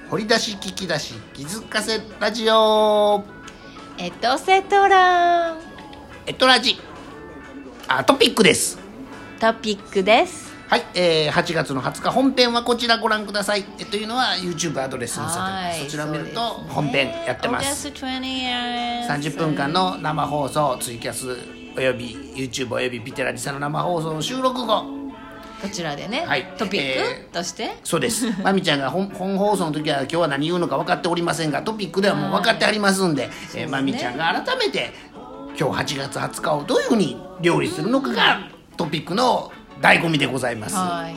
掘り出し聞き出し気づかせラジオエトセトラエトラジトピックです。 トピックです。 はい、8月の20日本編はこちらご覧ください。というのは YouTube アドレスにされてそちらを見ると本編やってます。30分間の生放送ツイキャスおよび YouTube およびピテラリさんの生放送の収録後こちらでね、 はい、 トピックとして、 そうです。まみちゃんが本放送の時は今日は何言うのか分かっておりませんがトピックではもう分かってありますんで、まみちゃんが改めて今日8月20日をどういうふうに料理するのかがトピックの醍醐味でございます。 はい、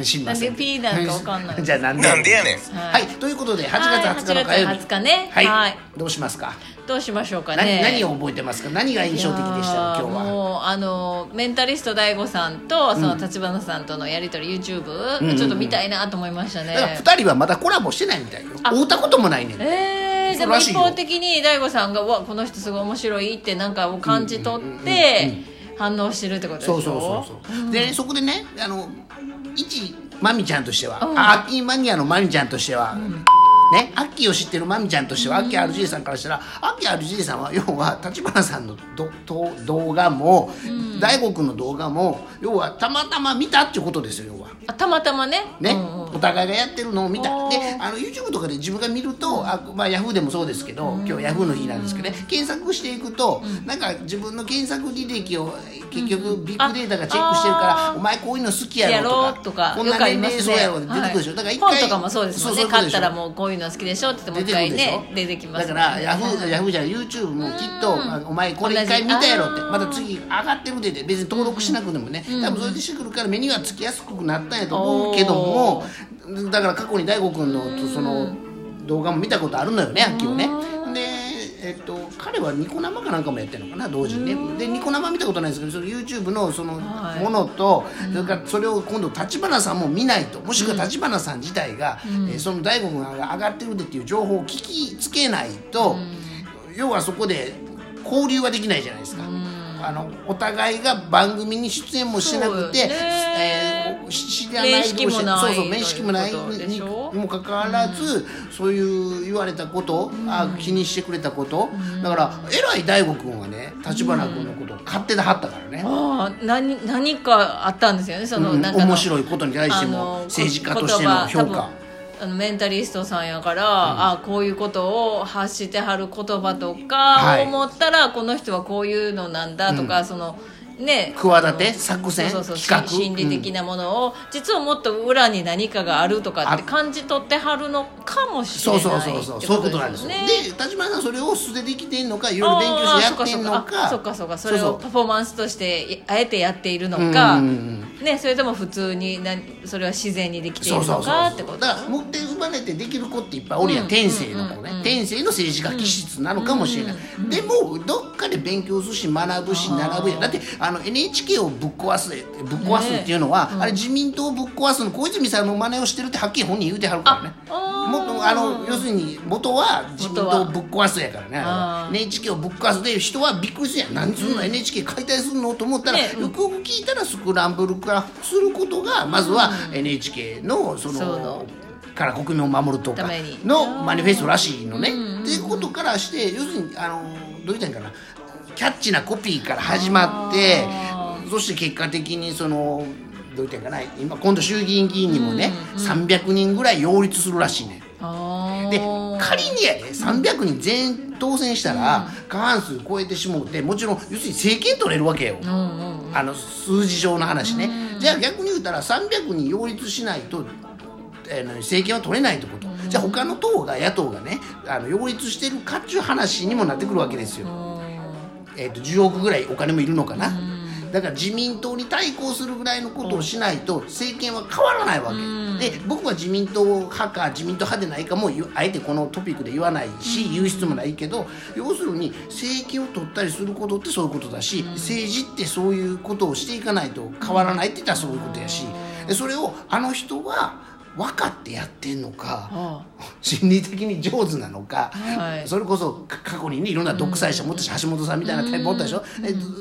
知りません。 なんで P なんか分かんないじゃあなんでやねん。はい、ということで8月20日の火曜日、 8月20日ね、 はい、 はい、 どうしますか。 どうしましょうかね。 何を覚えてますか。何が印象的でしたか今日は。 もうメンタリスト DAIGO さんとその立花さんとのやり取り YouTube、ちょっと見たいなと思いましたね。 だから2人はまだコラボしてないみたいよ。会うたこともないねん。 でも一方的に DAIGO さんがこの人すごい面白いってなんかを感じ取って反応してるってことでしょ。 そうで、そこでね一まみちゃんとしては、アッキーマニアのまみちゃんとしては、ね、アッキーを知ってるまみちゃんとしては、アッキー RJ さんからしたらアッキー RJ さんは要は立花さんの動画も大悟くんの動画も要はたまたま見たっていうことですよ。要はたまたまね、 お互いがやってるのを見た。でYouTube とかで自分が見るとYahoo でもそうですけど、今日 Yahoo の日なんですけどね、検索していくと、なんか自分の検索履歴を結局ビッグデータがチェックしてるからお前こういうの好きやろとかこんな年齢そうやろって出てくるでしょ。だから一回本とかもそうですもんね。買ったらもうこういうの好きでしょって言ってもう一回ね出てきます。 だからヤフーじゃない YouTube もきっとお前これ一回見たやろってまた次上がってるで別に登録しなくてもね、多分それでしてくるから目にはつきやすくなったんやと思うけども、だから過去に大悟くんのその動画も見たことあるのよね、アッキーをね。で彼はニコ生かなんかもやってるのかな同時にね。でニコ生見たことないですけど、その YouTube のそのものと、それからそれを今度立花さんも見ないと、もしくは立花さん自体が、その大悟君が上がってるでっていう情報を聞きつけないと、要はそこで交流はできないじゃないですか。お互いが番組に出演もしなくて、知らない同士、面識もないにもかかわらず、そういう言われたこと、気にしてくれたこと、だからえらい大悟君はね立花君のことを勝手ではったからね。 何かあったんですよね。そのなんか面白いことに対しても政治家としての評価。 メンタリストさんやから、こういうことを発してはる言葉とか思ったら、この人はこういうのなんだとか、そのね、 企て作戦企画心理的なものを、実はもっと裏に何かがあるとかって感じ取ってはるのかもしれないってことですよね。 そういうことなんですよ。で立花さんそれを素でできてんのかいろいろ勉強してやってんのか、 そうかそれをパフォーマンスとしてあえてやっているのか、それとも普通にそれは自然にできているのかってこと。 だから持って生まれてできる子っていっぱいおるやん、天性の子ね、天性の政治家気質なのかもしれない。でもどっかで勉強するし学ぶし並ぶやん。だってNHK をぶっ壊すっていうのは、あれ自民党をぶっ壊すの小泉さんの真似をしてるってはっきり本人言うてはるからね。要するに元は自民党をぶっ壊すやからね。NHK をぶっ壊すで人はびっくりするやん。何するの、NHK 解体するのと思ったら、よくよく聞いたらスクランブル化することがまずは NHK のそのから国民を守るとかのマニフェストらしいのね。っていうことからして要するにどう言ったらいいかな、キャッチなコピーから始まって、そして結果的にそのどう言ったらいいかな、今度衆議院議員にもね、300人ぐらい擁立するらしいね。で仮にやで300人全員当選したら、過半数超えてしもうて、もちろん要するに政権取れるわけよ、数字上の話ね。じゃあ逆に言うたら300人擁立しないと政権は取れないってこと。じゃあ他の野党がね擁立してるかっていう話にもなってくるわけですよ。10億ぐらいお金もいるのかな。だから自民党に対抗するぐらいのことをしないと政権は変わらないわけで、僕は自民党派か自民党派でないかもあえてこのトピックで言わないし、言う必要もないけど、要するに政権を取ったりすることってそういうことだし、政治ってそういうことをしていかないと変わらないって言ったらそういうことやし、それをあの人は分かってやってんのか、心理的に上手なのか、それこそ過去にねいろんな独裁者持ったし、橋本さんみたいなタイプ持ったでしょ。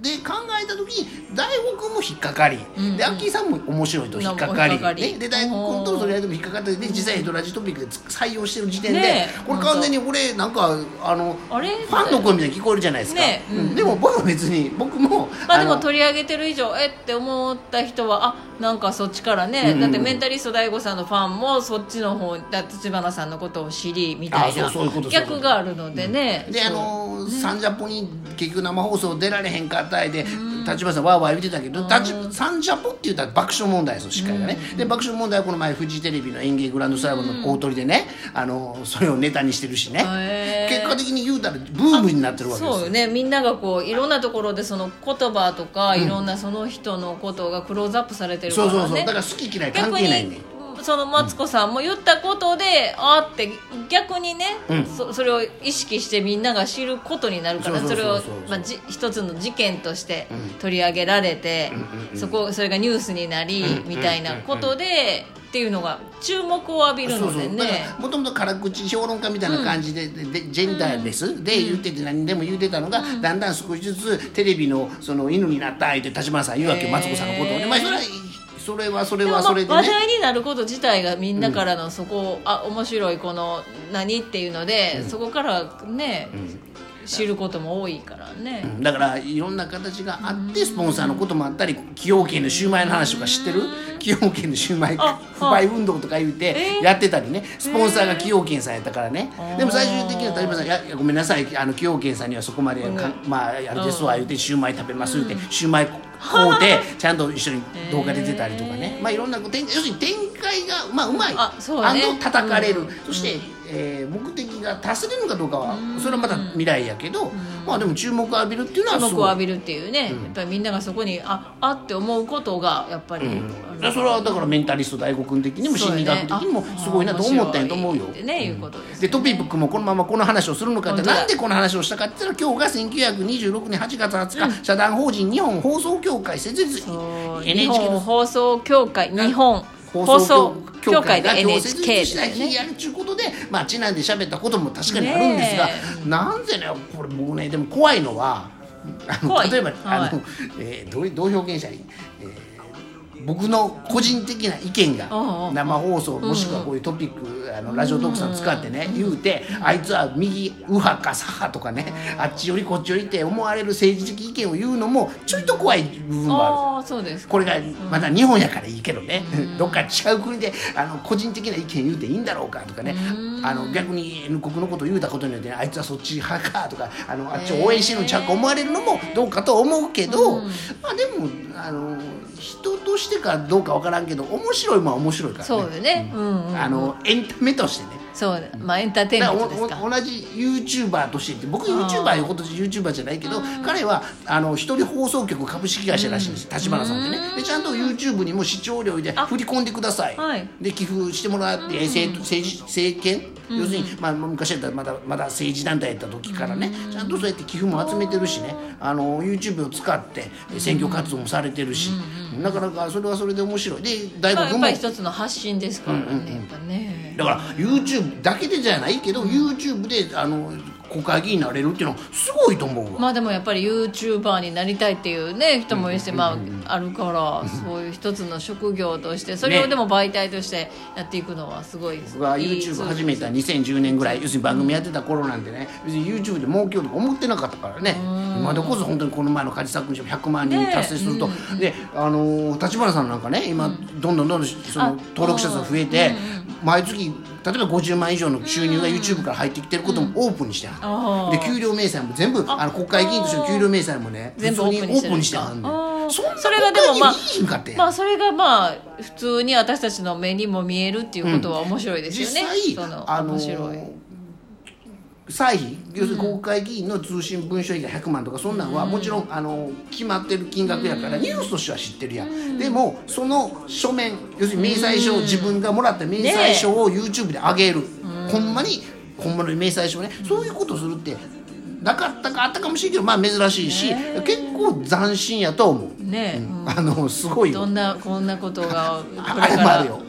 で考えた時に大悟君も引っかかり、でアッキーさんも面白いと引っかかり、ね、で大悟君とのそれやりでも引っかかって、で実際エドラジトピックで採用してる時点で、これ完全に俺なんかファンの声みたいに聞こえるじゃないですか、でも僕は別に僕もでも取り上げてる以上って思った人はなんかそっちからね、だってメンタリスト大悟さんのファンもそっちの方立花さんのことを知りみたいな逆があるのでね、 でサンジャポに結局生放送出られへんかったりで立花さんわーわー言ってたけど、サンジャポって言ったら爆笑問題ですよ司会がね、で爆笑問題はこの前フジテレビの演芸グランドスラムの大トリでね、それをネタにしてるしね、結果的に言うたらブームになってるわけですよ。 そうよね、みんながこういろんなところでその言葉とかいろんなその人のことがクローズアップされてるからね、 そうだから好き嫌い関係ないね。 そのマツコさんも言ったことで、って逆にね、それを意識してみんなが知ることになるから、それを一つの事件として取り上げられて、それがニュースになりみたいなことでっていうのが注目を浴びるのでね。 もともと辛口評論家みたいな感じで、ジェンダーレスで言ってて何でも言ってたのが、だんだん少しずつテレビのその犬になったって立花さん言うわけ、マツコさんのことをね。それはそれでね、 話題になること自体がみんなからのそこ、面白いこの何っていうので、そこからね、知ることも多いからね、 だからいろんな形があってスポンサーのこともあったり、崎陽軒のシューマイの話とか知ってる？崎陽軒のシューマイ不買運動とか言ってやってたりね、スポンサーが崎陽軒さんやったからね。でも最終的には立花さん、いやごめんなさい、崎陽軒さんにはそこまであれですわ言うてシューマイ食べますってシューマイ買うてちゃんと一緒に動画出てたりとかね、いろんな要するに展開がうまい、叩かれる、そして目的が達せれるのかどうかはそれはまた未来やけど、でも注目を浴びるっていうのはすごい、 注目を浴びるっていうね、やっぱりみんながそこにって思うことがやっぱり、 それはだからメンタリスト大悟君的にも心理学的にもすごいなと思ったんやと思うよ。でトピックもこのままこの話をするのかって、なんでこの話をしたかって言ったら、今日が1926年8月20日、社団法人日本放送協会設立、 日本放送協会、日本放送協会で NHK した日やるということで、ちなんで喋ったことも確かにあるんですが、なんでね、これ僕ね、でも怖いのは例えばどう表現したらいい、僕の個人的な意見が生放送もしくはこういうトピックラジオトークさん使ってね言うて、あいつは右右派か左派とかね、あっちよりこっちよりって思われる政治的意見を言うのもちょっと怖い部分もある。 そうです。 これがまた日本やからいいけどね、どっか違う国で個人的な意見言うていいんだろうかとかね、逆に N 国のことを言うたことによって、あいつはそっち派かとかあっちを応援してるんちゃうか思われるのもどうかと思うけど、でも人としてかどうかわからんけど面白いもんは面白いからね。 そうよね、 エンタメとしてね。 そう、エンターテインメントですか。 同じ YouTuber としてって、僕 YouTuber いうことで YouTuber じゃないけど、彼は一人放送局株式会社らしいんです、立花さんってね。でちゃんと YouTube にも視聴料で振り込んでください、で寄付してもらって、政権、要するに、昔だったらまだ政治団体やった時からね、ちゃんとそうやって寄付も集めてるしね、YouTube を使って選挙活動もされてるし、なかなかそれはそれで面白い。で大学もやっぱり一つの発信ですからね、やっぱね。 だから YouTube だけでじゃないけど、YouTube で国会議員になれるっていうのはすごいと思うわ。 でもやっぱり YouTuber になりたいっていうね人もいるし、あるから、そういう一つの職業としてそれをでも媒体としてやっていくのはすごい。 僕が YouTube 始めた2010年ぐらい、要するに番組やってた頃なんてね、要するに YouTube で儲けようとか思ってなかったからね。今でこそ本当にこの前のカジサックに100万人達成すると、で立花さんなんかね、今どんどんその登録者数が増えて、毎月例えば50万以上の収入が YouTube から入ってきてることもオープンにしてはる、で給料明細も全部国会議員としての給料明細もね普通にオープンにしてはるんで、 それがでもそれが普通に私たちの目にも見えるっていうことは面白いですよね。 実際面白い歳費、要するに国会議員の通信文書費が100万とかそんなんはもちろん決まってる金額やからニュースとしては知ってるやん、でもその書面、要するに明細書を自分がもらった明細書を YouTube で上げる、ほんまに本物の明細書ね、そういうことするってなかったかあったかもしれんけど、珍しいし、結構斬新やと思うね。すごいよ。 こんなことがあれもあるよ。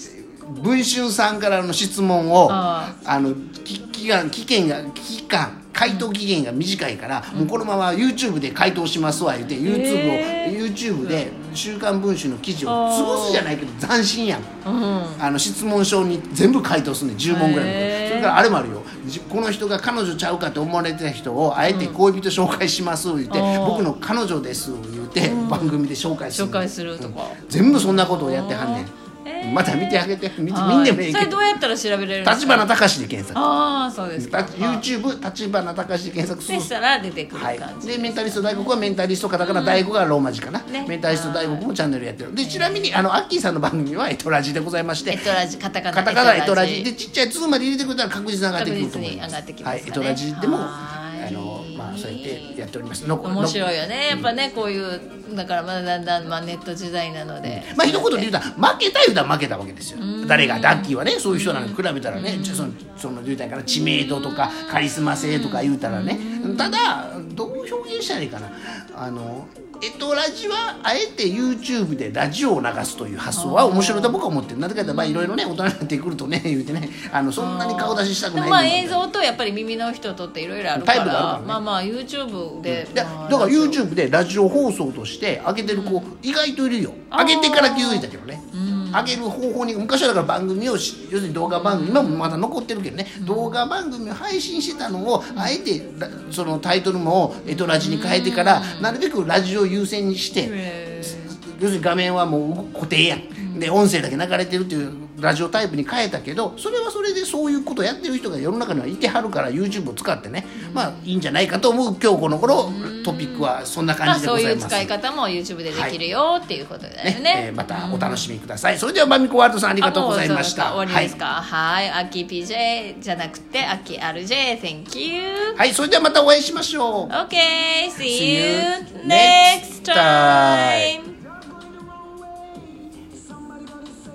文春さんからの質問を危機感回答期限が短いから、もうこのまま YouTube で回答しますわ言って YouTube で「週刊文春」の記事を潰すじゃないけど斬新やん、質問書に全部回答するねん、10問ぐらいの。それからあれもあるよ、この人が彼女ちゃうかと思われてた人をあえて恋人紹介します言って、僕の彼女です言って番組で紹介するとか、 全部そんなことをやってはんねん。また見てあげて、見んでもいいけど。 それどうやったら調べれるんですか？ 立花隆で検索。 ああ、そうですか。 YouTube 立花隆で検索する。 そしたら出てくる感じ。 でメンタリスト大国はメンタリストカタカナ、大国はローマ字かな。メンタリスト大国もチャンネルやってる。でちなみにアッキーさんの番組はエトラジでございまして。 エトラジカタカナエトラジでちっちゃい2まで入れてくれたら確実に上がってくると思います。 はい、 エトラジでもそうやってやっております。 面白いよね、やっぱね、こういうだからまだだんだんネット時代なので、 一言で言うたら負けた負けたわけですよ。誰がアッキーはね、そういう人なのに比べたらね、その言うたんから知名度とかカリスマ性とか言うたらね、ただどう表現したらいいかな、エトラジはあえて YouTube でラジオを流すという発想は面白いと僕は思ってる。なぜかというといろいろね、大人になってくるとね言うてね、そんなに顔出ししたくない。 映像とやっぱり耳の人とっていろいろあるから、YouTube で、 だから YouTube でラジオ放送として上げてる子意外といるよ。上げてから気づいたけどね、上げる方法に昔はだから番組を要するに動画番組、今もまだ残ってるけどね、動画番組を配信してたのをあえてそのタイトルもエトラジに変えてから、なるべくラジオ優先にして、要するに画面はもう固定やんで、音声だけ流れてるっていうラジオタイプに変えたけど、それはそれでそういうことをやってる人が世の中にはいてはるから YouTube を使ってね、いいんじゃないかと思う今日この頃トピックはそんな感じでございます。 そういう使い方も YouTube でできるよっていうことだよね。 またお楽しみください。それではまみこワールドさんありがとうございました。 終わりですか？はい、アッキー PJ じゃなくてアッキー RJ Thank you。 はい、それではまたお会いしましょう。 OK, see you next time.